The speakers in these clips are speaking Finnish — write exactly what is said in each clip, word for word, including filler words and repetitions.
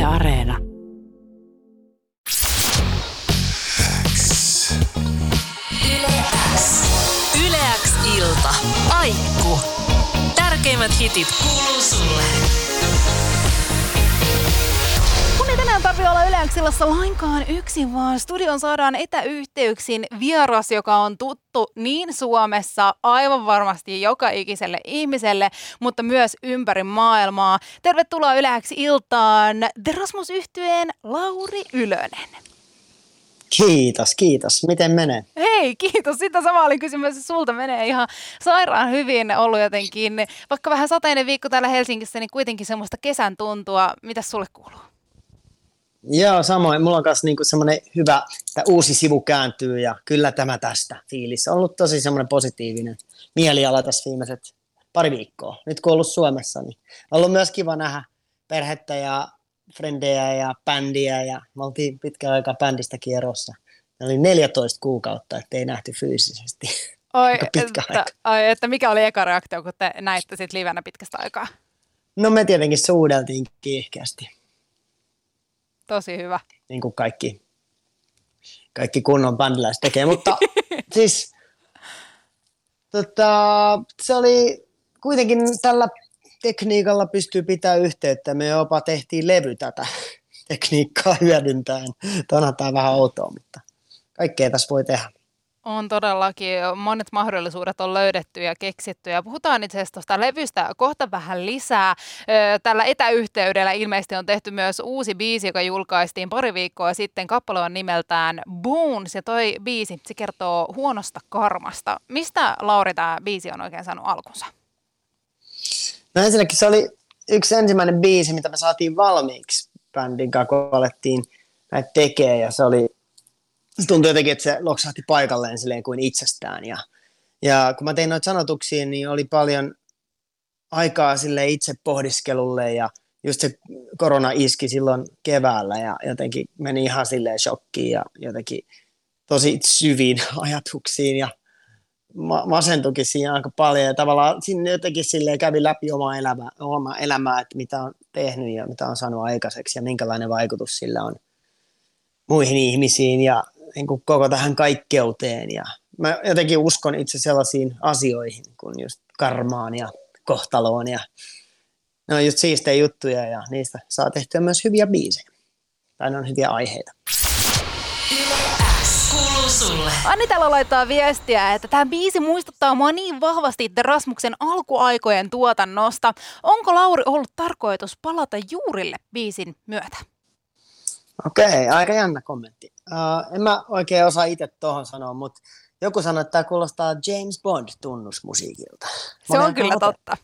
Yle Areena. Yle X ilta. Aikku. Tärkeimmät hitit kuuluu sulle. Kun ei tänään tarvitse olla Yle X:ssä lainkaan yksin, vaan studion saadaan etäyhteyksin vieras, joka on tuttu niin Suomessa aivan varmasti joka ikiselle ihmiselle, mutta myös ympäri maailmaa. Tervetuloa Yle X-iltaan The Rasmus-yhtyeen Lauri Ylönen. Kiitos, kiitos. Miten menee? Hei, kiitos. Sitä samaa olin kysymässä. Sulta menee ihan sairaan hyvin ollut jotenkin. Vaikka vähän sateinen viikko täällä Helsingissä, niin kuitenkin semmoista kesän tuntua. Mitäs sulle kuuluu? Joo, samoin. Mulla on myös niinku semmoinen hyvä, että uusi sivu kääntyy ja kyllä tämä tästä fiilis. On ollut tosi semmoinen positiivinen mieliala tässä viimeiset pari viikkoa. Nyt kun on ollut Suomessa, niin on ollut myös kiva nähdä perhettä ja frendejä ja bändiä ja me oltiin pitkän aikaa bändistä kierrossa. Ne oli neljätoista kuukautta, ettei nähty fyysisesti. Oi, että, ai, että mikä oli eka reaktio, kun te näitte sit livenä pitkästä aikaa? No me tietenkin suudeltiin kiihkeästi. Tosi hyvä. Niin kuin kaikki, kaikki kunnon bändiläiset tekee, mutta siis tota, se oli kuitenkin tällä tekniikalla pystyy pitämään yhteyttä. Me jopa tehtiin levy tätä tekniikkaa hyödyntäen. Onhan tämä vähän outoa, mutta kaikkea tässä voi tehdä. On todellakin. Monet mahdollisuudet on löydetty ja keksitty. Ja puhutaan itse asiassa tuosta levystä kohta vähän lisää. Tällä etäyhteydellä ilmeisesti on tehty myös uusi biisi, joka julkaistiin pari viikkoa sitten. Kappale on nimeltään Bones. Ja toi biisi, se kertoo huonosta karmasta. Mistä, Lauri, tämä biisi on oikein saanut alkunsa? No ensinnäkin se oli yksi ensimmäinen biisi, mitä me saatiin valmiiksi bändin kanssa, kun alettiin näitä tekemään. Ja se oli, se tuntui jotenkin, että se loksahti paikalleen silleen kuin itsestään. Ja, ja kun mä tein noita sanotuksia, niin oli paljon aikaa sille itse pohdiskelulle ja just se korona iski silloin keväällä ja jotenkin meni ihan silleen shokkiin ja jotenkin tosi syviin ajatuksiin ja masentukin siinä aika paljon ja tavallaan sinne jotenkin silleen kävi läpi omaa elämää, omaa elämää, että mitä on tehnyt ja mitä on saanut aikaiseksi ja minkälainen vaikutus sillä on muihin ihmisiin ja niin kuin koko tähän kaikkeuteen. Ja mä jotenkin uskon itse sellaisiin asioihin kuin just karmaan ja kohtaloon ja ne on just siistejä juttuja ja niistä saa tehtyä myös hyviä biisejä. Tai ne on hyviä aiheita. Anni täällä laittaa viestiä, että tämä biisi muistuttaa mua niin vahvasti The Rasmuksen alkuaikojen tuotannosta. Onko Lauri ollut tarkoitus palata juurille biisin myötä? Okei, aika jännä kommentti. Uh, en mä oikein osaa itse tuohon sanoa, mutta joku sanoi, että tämä kuulostaa James Bond-tunnusmusiikilta. Se on kyllä totta.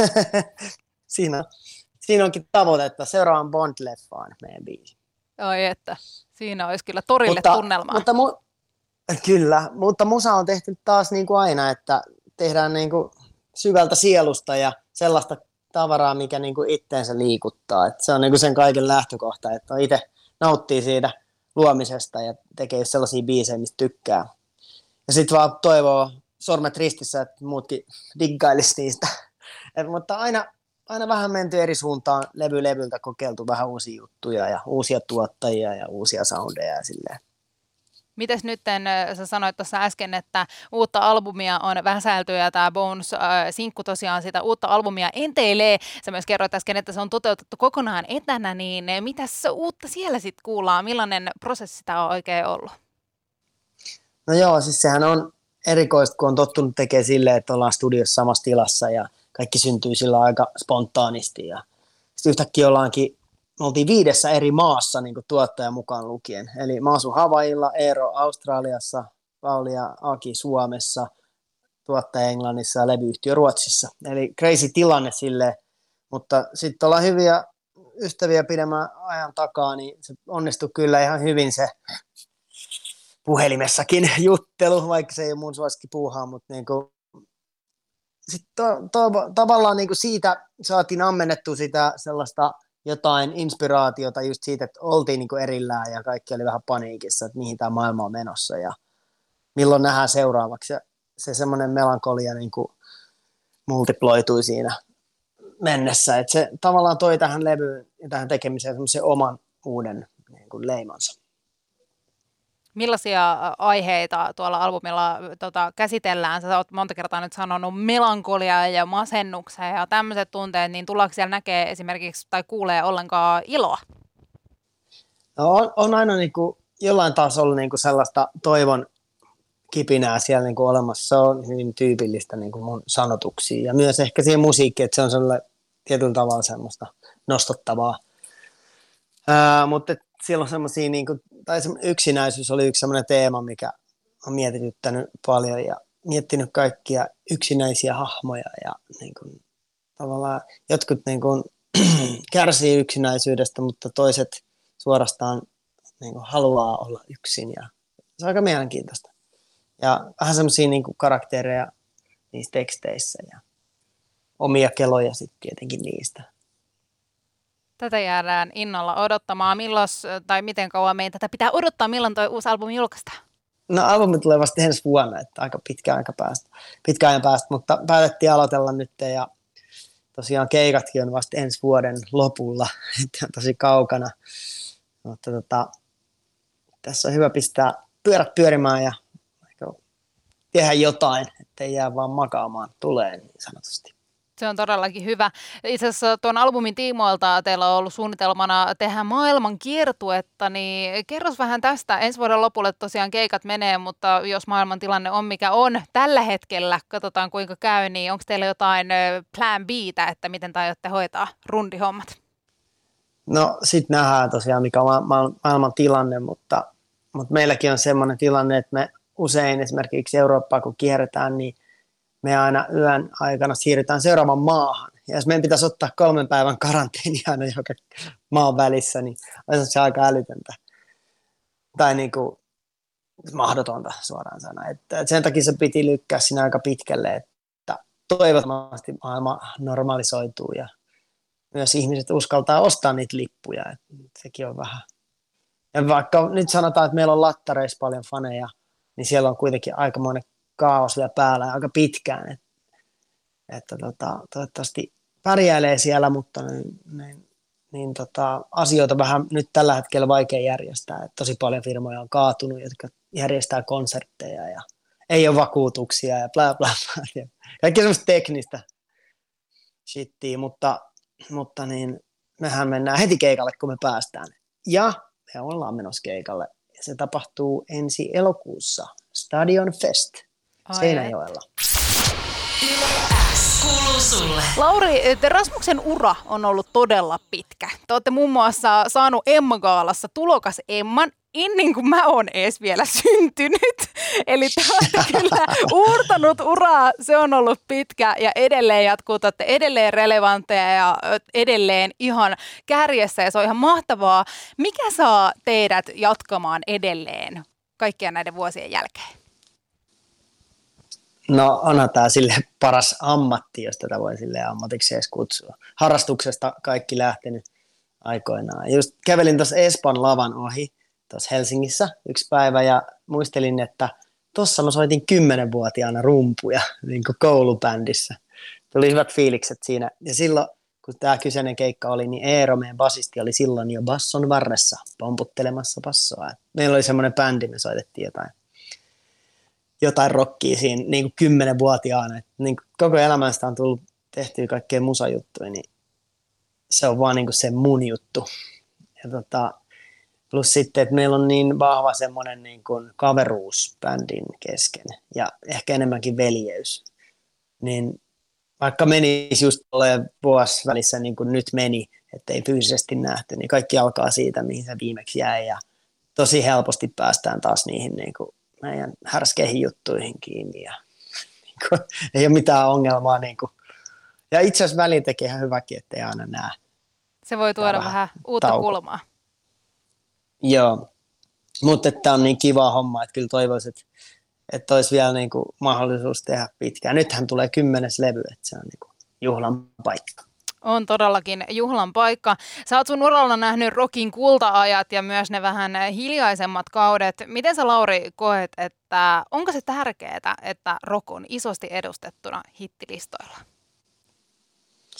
siinä, siinä onkin tavoitetta seuraavan Bond-leffaan meidän biisi. Oi että, siinä olisi kyllä torille mutta, tunnelmaa. Mutta mu- kyllä, mutta musa on tehty taas niin kuin aina, että tehdään niin kuin syvältä sielusta ja sellaista tavaraa, mikä niin kuin itteensä liikuttaa. Että se on niin kuin sen kaiken lähtökohta, että itse nauttii siitä luomisesta ja tekee sellaisia biisejä, mistä tykkää. Ja sitten vaan toivoo sormet ristissä, että muutkin diggailisi niistä. Et, mutta aina, aina vähän menty eri suuntaan, levy levyltä kokeiltu vähän uusia juttuja ja uusia tuottajia ja uusia soundeja ja silleen. Mites nyt, sä sanoit tuossa äsken, että uutta albumia on väsäilty ja tämä Bones-sinkku tosiaan sitä uutta albumia enteilee. Sä myös kerroit äsken, että se on toteutettu kokonaan etänä, niin mitäs uutta siellä sitten kuullaan? Millainen prosessi tämä on oikein ollut? No joo, siis sehän on erikoista, kun on tottunut tekemään silleen, että ollaan studiossa samassa tilassa ja kaikki syntyy sillä aika spontaanisti. Ja sitten yhtäkkiä ollaankin me oltiin viidessä eri maassa niin kuin tuottaja mukaan lukien. Eli mä asun Havailla, Eero Australiassa, Pauli ja Aki Suomessa, tuottaja Englannissa ja levyyhtiö Ruotsissa. Eli crazy tilanne silleen, mutta sitten ollaan hyviä ystäviä pidemmän ajan takaa, niin se onnistui kyllä ihan hyvin se puhelimessakin juttelu, vaikka se ei ole mun suosikki puuhaa, mutta niin kuin sitten to, to, tavallaan niin kuin siitä saatiin ammennettua sitä sellaista jotain inspiraatiota just siitä, että oltiin niin kuin erillään ja kaikki oli vähän paniikissa, että mihin tämä maailma on menossa ja milloin nähdään seuraavaksi. Ja se semmoinen melankolia niin kuin multiploitui siinä mennessä. Että se tavallaan toi tähän levyyn ja tähän tekemiseen semmoisen oman uuden niin kuin leimansa. Millaisia aiheita tuolla albumilla tota, käsitellään? Sä oot monta kertaa nyt sanonut melankoliaa ja masennuksia ja tämmöiset tunteet, niin tullaanko siellä näkee esimerkiksi tai kuulee ollenkaan iloa? No on, on aina niin kuin jollain tasolla niin kuin sellaista toivon kipinää siellä niin kuin olemassa. Se on hyvin tyypillistä niin kuin mun sanotuksiin ja myös ehkä siihen musiikkiin, että se on sellainen tietyllä tavalla semmoista nostottavaa. Ää, mutta siellä on semmoisia, niin kuin, tai yksinäisyys oli yksi semmoinen teema, mikä on mietityttänyt paljon ja miettinyt kaikkia yksinäisiä hahmoja ja niin kuin, tavallaan jotkut niin kuin, kärsii yksinäisyydestä, mutta toiset suorastaan niin kuin, haluaa olla yksin ja se on aika mielenkiintoista. Ja vähän semmoisia niin kuin karaktereja niissä teksteissä ja omia keloja sitten tietenkin niistä. Tätä jäädään innolla odottamaan. Milloin tai miten kauan meidän tätä pitää odottaa? Milloin tuo uusi albumi julkaistaan? No albumi tulee vasta ensi vuonna, että aika pitkä aika päästä, pitkä ajan päästä, mutta päätettiin aloitella nyt ja tosiaan keikatkin on vasta ensi vuoden lopulla, että on tosi kaukana. Mutta tota, tässä on hyvä pistää pyörät pyörimään ja tehdä jotain, ettei jää vaan makaamaan tuleen niin sanotusti. Se on todellakin hyvä. Itse asiassa tuon albumin tiimoilta teillä on ollut suunnitelmana tehdä maailman kiertuetta, niin kerros vähän tästä. Ensi vuoden lopulle tosiaan keikat menee, mutta jos maailman tilanne on mikä on tällä hetkellä, katsotaan kuinka käy, niin onko teillä jotain plan B:tä, että miten te aiotte hoitaa rundihommat? No sit nähdään tosiaan mikä on ma- maailman tilanne, mutta, mutta meilläkin on semmoinen tilanne, että me usein esimerkiksi Eurooppaa kun kierretään, niin me aina yön aikana siirrytään seuraavaan maahan. Ja jos meidän pitäisi ottaa kolmen päivän karanteeni aina joka maan välissä, niin olisi se aika älytöntä. Tai niin kuin mahdotonta suoraan sanoa. Että sen takia se piti lykkää siinä aika pitkälle, että toivottavasti maailma normalisoituu ja myös ihmiset uskaltaa ostaa niitä lippuja. Että sekin on vähän. Ja vaikka nyt sanotaan, että meillä on lattareissa paljon faneja, niin siellä on kuitenkin aikamoinen kaos vielä päällä ja aika pitkään, että, että tota, toivottavasti pärjäilee siellä, mutta niin, niin, niin tota, asioita vähän nyt tällä hetkellä vaikea järjestää. Että tosi paljon firmoja on kaatunut, jotka järjestää konsertteja ja ei ole vakuutuksia ja bla bla bla. Kaikki semmoista teknistä shittiä, mutta, mutta niin, mehän mennään heti keikalle, kun me päästään. Ja me ollaan menossa keikalle. Ja se tapahtuu ensi elokuussa. Stadion Fest. Seinäjoella. Kuuluu sulle. Lauri, Rasmuksen ura on ollut todella pitkä. Te olette muun muassa saanut Emma-gaalassa tulokas Emman ennen kuin mä oon edes vielä syntynyt. Eli te olette kyllä uurtanut uraa. Se on ollut pitkä ja edelleen jatkuu. Te olette edelleen relevantteja ja edelleen ihan kärjessä ja se on ihan mahtavaa. Mikä saa teidät jatkamaan edelleen kaikkien näiden vuosien jälkeen? No onhan tämä sille paras ammatti, jos tätä voi sille ammatiksi edes kutsua. Harrastuksesta kaikki lähtenyt aikoinaan. Just kävelin tuossa Espan lavan ohi tuossa Helsingissä yksi päivä ja muistelin, että tuossa mä soitin kymmenvuotiaana rumpuja niin kuin koulubändissä. Tuli hyvät fiilikset siinä. Ja silloin, kun tämä kyseinen keikka oli, niin Eero, meidän basisti, oli silloin jo basson varressa pomputtelemassa bassoa. Meillä oli semmoinen bändi, me soitettiin jotain. jotain rockia siinä niin kuin kymmenvuotiaana. Niin kuin koko elämästä on tullut tehtyä kaikkea musajuttuja, niin se on vaan niin kuin se mun juttu. Ja tota, plus sitten, että meillä on niin vahva semmoinen niin kuin kaveruus bändin kesken ja ehkä enemmänkin veljeys. Niin vaikka menisi just olemaan vuosi välissä niin kuin nyt meni, ettei fyysisesti nähty, niin kaikki alkaa siitä, mihin se viimeksi jäi ja tosi helposti päästään taas niihin niin kuin meidän härskeihin juttuihin kiinni ja niin kuin, ei ole mitään ongelmaa. Niin kuin. Ja itse asiassa väliin tekee ihan hyväkin, ettei aina näe. Se voi tuoda vähän, vähän uutta tauko. Kulmaa. Joo, mutta tämä on niin kiva homma, että kyllä toivoisin, että, että olisi vielä niin kuin mahdollisuus tehdä pitkään. Nythän tulee kymmenes levy, että se on niin kuin juhlan paikka. On todellakin juhlan paikka. Sä oot sun uralla nähnyt rockin kulta-ajat ja myös ne vähän hiljaisemmat kaudet. Miten sä, Lauri, koet, että onko se tärkeää, että rock on isosti edustettuna hittilistoilla?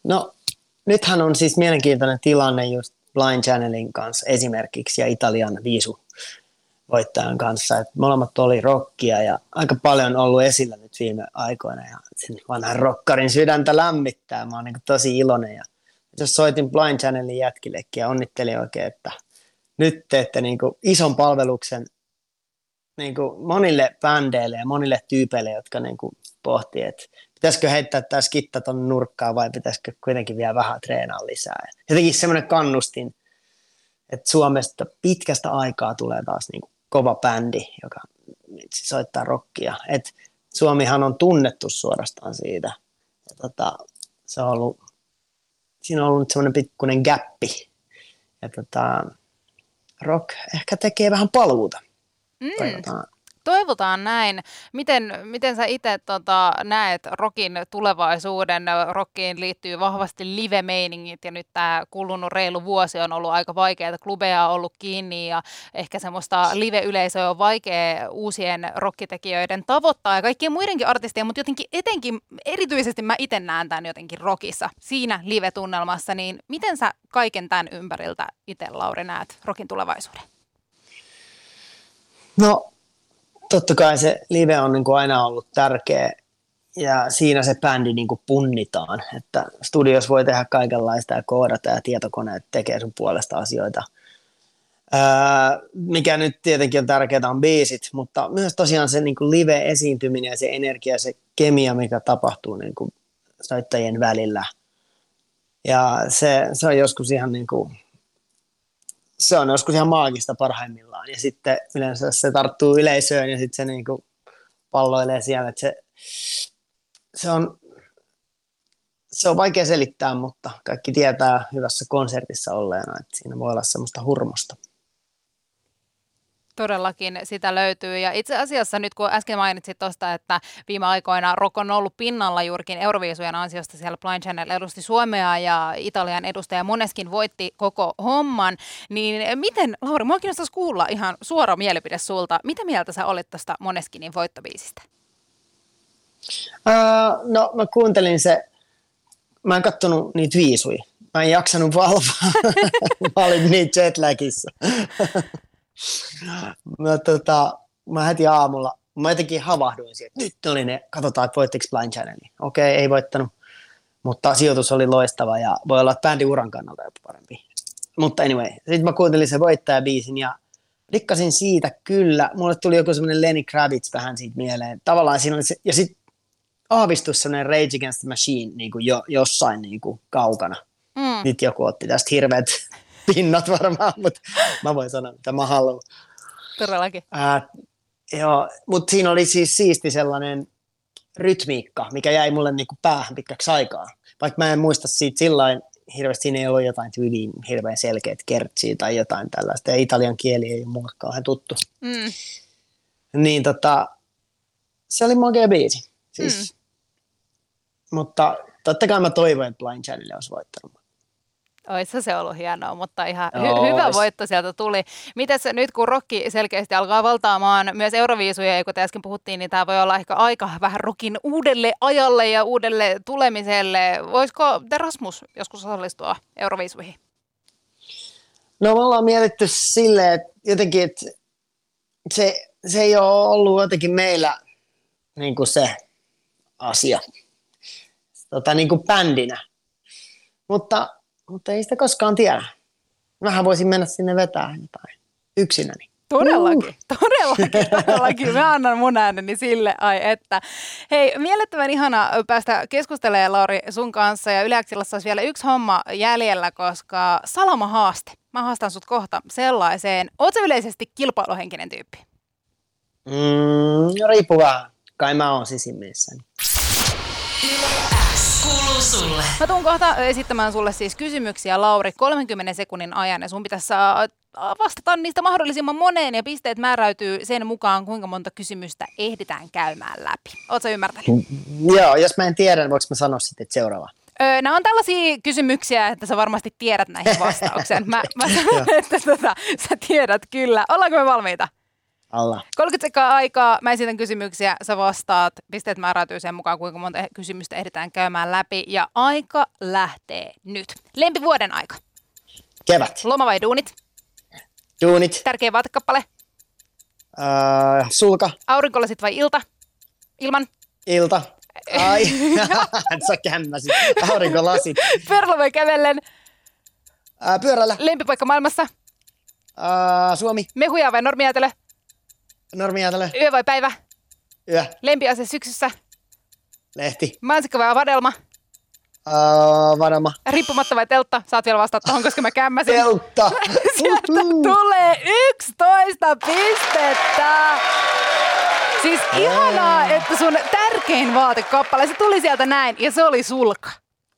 No nythän on siis mielenkiintoinen tilanne just Blind Channelin kanssa esimerkiksi ja Italian viisu voittajan kanssa. Et molemmat oli rockia ja aika paljon ollut esillä nyt viime aikoina ja sen vanhan rockarin sydäntä lämmittää. Mä oon niin tosi iloinen ja jos soitin Blind Channelin jätkillekin ja onnittelin oikein, että nyt teette niin ison palveluksen niin monille bändeille ja monille tyypeille, jotka niin pohtii, että pitäisikö heittää tämä skitta tuonne nurkkaan vai pitäisikö kuitenkin vielä vähän treenaa lisää. Jotenkin semmoinen kannustin, että Suomesta pitkästä aikaa tulee taas niin kova bändi, joka soittaa rockia. Et Suomihan on tunnettu suorastaan siitä. Ja tota, se on ollut, siinä on ollut semmoinen pikkuinen gäppi. Ja tota, rock ehkä tekee vähän paluuta. Mm. Toivotaan. Toivotaan näin. Miten, miten sä itse tota, näet rockin tulevaisuuden? Rockiin liittyy vahvasti live-meiningit ja nyt tämä kulunut reilu vuosi on ollut aika vaikeaa. Klubeja on ollut kiinni ja ehkä semmoista live-yleisöä on vaikea uusien rockitekijöiden tavoittaa ja kaikkien muidenkin artistien, mutta jotenkin etenkin erityisesti mä itse näen tämän jotenkin rockissa, siinä live-tunnelmassa. Niin miten sä kaiken tämän ympäriltä itse, Lauri, näet rockin tulevaisuuden? No, totta kai se live on niin kuin aina ollut tärkeä ja siinä se bändi niin kuin punnitaan, että studios voi tehdä kaikenlaista ja koodata ja tietokoneet tekee sun puolesta asioita. Ää, mikä nyt tietenkin on tärkeää on biisit, mutta myös tosiaan se niin kuin live-esiintyminen ja se energia, se kemia, mikä tapahtuu niin kuin soittajien välillä. Ja se, se on joskus ihan niin kuin se on joskus ihan maagista parhaimmillaan ja sitten yleensä se tarttuu yleisöön ja sitten se niinku palloilee siellä, että se, se, on, se on vaikea selittää, mutta kaikki tietää hyvässä konsertissa olleena, että siinä voi olla semmoista hurmosta. Todellakin sitä löytyy ja itse asiassa nyt kun äsken mainitsit tuosta, että viime aikoina rock on ollut pinnalla juurikin Euroviisujen ansiosta, siellä Blind Channel edusti Suomea ja Italian edustaja Måneskin voitti koko homman, niin miten, Lauri, mua kiinnostaisi kuulla ihan suora mielipide sulta, mitä mieltä sä olit tuosta Måneskinin voittobiisistä? Uh, no mä kuuntelin se, mä en kattonut niitä viisuja, mä en jaksanut valvoa, mä olin niin jetlagissa. Mä, tota, mä heti aamulla, mä jotenkin havahduin siihen, että nyt oli ne, katsotaan, että voittiko Blind Channelin. Okei, ei voittanut, mutta sijoitus oli loistava ja voi olla, että bändin uran kannalta jopa parempi. Mutta anyway, sitten mä kuuntelin sen voittajabiisin ja rikkasin siitä kyllä. Mulle tuli joku semmoinen Lenny Kravitz vähän siitä mieleen. Tavallaan siinä oli se, ja sitten aavistus semmoinen Rage Against the Machine niin kuin jo, jossain niin kuin kaukana. Mm. Nyt joku otti tästä hirveät pinnat varmaan, mutta mä voin sanoa, mitä mä haluan. Todellakin. Ää, joo, mutta siinä oli siis siisti sellainen rytmiikka, mikä jäi mulle niinku päähän pitkäksi aikaa. Vaikka mä en muista siitä sillain hirveästi, siinä ei ollut jotain tyyliin hirveän selkeät kertsiä tai jotain tällaista. Ja italian kieli ei ole mulle kauhean tuttu. Mm. Niin tota, se oli makea biisi. Siis, mm. Mutta totta kai mä toivoin, että Blind Channel olisi voittanut. Oissa se ollut hienoa, mutta ihan hy- hyvä voitto sieltä tuli. Mites nyt kun rocki selkeästi alkaa valtaamaan myös Euroviisuja, ja kun te äsken puhuttiin, niin tämä voi olla ehkä aika vähän rockin uudelle ajalle ja uudelle tulemiselle. Voisiko te, Rasmus, joskus osallistua Euroviisuihin? No me ollaan mietitty silleen, että jotenkin, että se, se ei ole ollut jotenkin meillä niin kuin se asia, tota, niin kuin bändinä, mutta Mutta ei sitä koskaan tiedä. Mähän voisin mennä sinne vetää jotain yksinäni. Todellakin, uh. todellakin, todellakin. Mä annan mun ääneni sille, ai että. Hei, mielettömän ihana päästä keskustelemaan, Lauri, sun kanssa. Ja Yle X:llä olisi vielä yksi homma jäljellä, koska salamahaaste. Mä haastan sut kohta sellaiseen. Ootko yleisesti kilpailuhenkinen tyyppi? Mm, riippuu vähän. Kai mä oon sisimmissäni. Kuuluu sulle. Mä tuun kohta esittämään sulle siis kysymyksiä, Lauri, kolmenkymmenen sekunnin ajan, ja sun pitäisi vastata niistä mahdollisimman moneen, ja pisteet määräytyy sen mukaan, kuinka monta kysymystä ehditään käymään läpi. Ootko ymmärtänyt? Joo, jos mä en tiedä, niin voinko mä sanoa sitten, että seuraava? Öö, nämä on tällaisia kysymyksiä, että sä varmasti tiedät näihin vastauksen. Mä, mä sanon, että tota, sä tiedät kyllä. Ollaanko me valmiita? alla. kolmekymmentä sekkaa aikaa, mä esitän kysymyksiä, sä vastaat. Pisteet määräytyy sen mukaan, kuinka monta kysymystä ehditään käymään läpi. Ja aika lähtee nyt. Lempivuoden aika. Kevät. Loma vai duunit? Duunit. Tärkeä vaatekappale. Uh, sulka. Aurinkolasit vai ilta? Ilman? Ilta. Ai, sä kämmäsit. Aurinkolasit. Pyörällä vai kävellen? Uh, pyörällä. Lempipaikka maailmassa? Uh, Suomi. Mehuja vai normiajatele? Normiajatele. Yö vai päivä? Yö. Lempiase syksyssä? Lehti. Mansikka vai vadelma? Uh, Varma. Riippumatta vai teltta? Saat vielä vastata tuohon, koska mä kämmäsin. Teltta. Sieltä tulee yksitoista pistettä. Siis ihanaa, että sun tärkein vaatekappale, se tuli sieltä näin ja se oli sulka.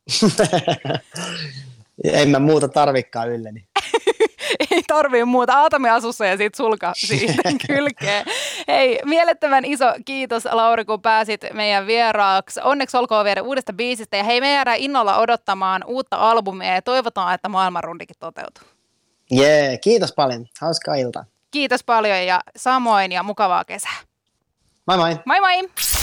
En mä muuta tarvikkaan ylleni. Ei tarvii muuta. Aatami asussa ja sit sulka siitä kylkeen. Hei, mielettömän iso kiitos Lauri, kun pääsit meidän vieraaksi. Onneksi olkoon vielä uudesta biisistä. Ja hei, me jäädään innolla odottamaan uutta albumia ja toivotaan, että maailmanrundikin toteutuu. Jee, yeah, kiitos paljon. Hauskaa iltaa. Kiitos paljon ja samoin ja mukavaa kesää. Moi moi. Moi moi.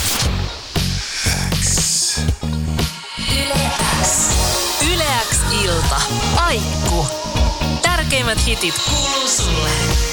Yle X. Yle X ilta. Aikku. Tärkeimmät hitit kuuluu sulle.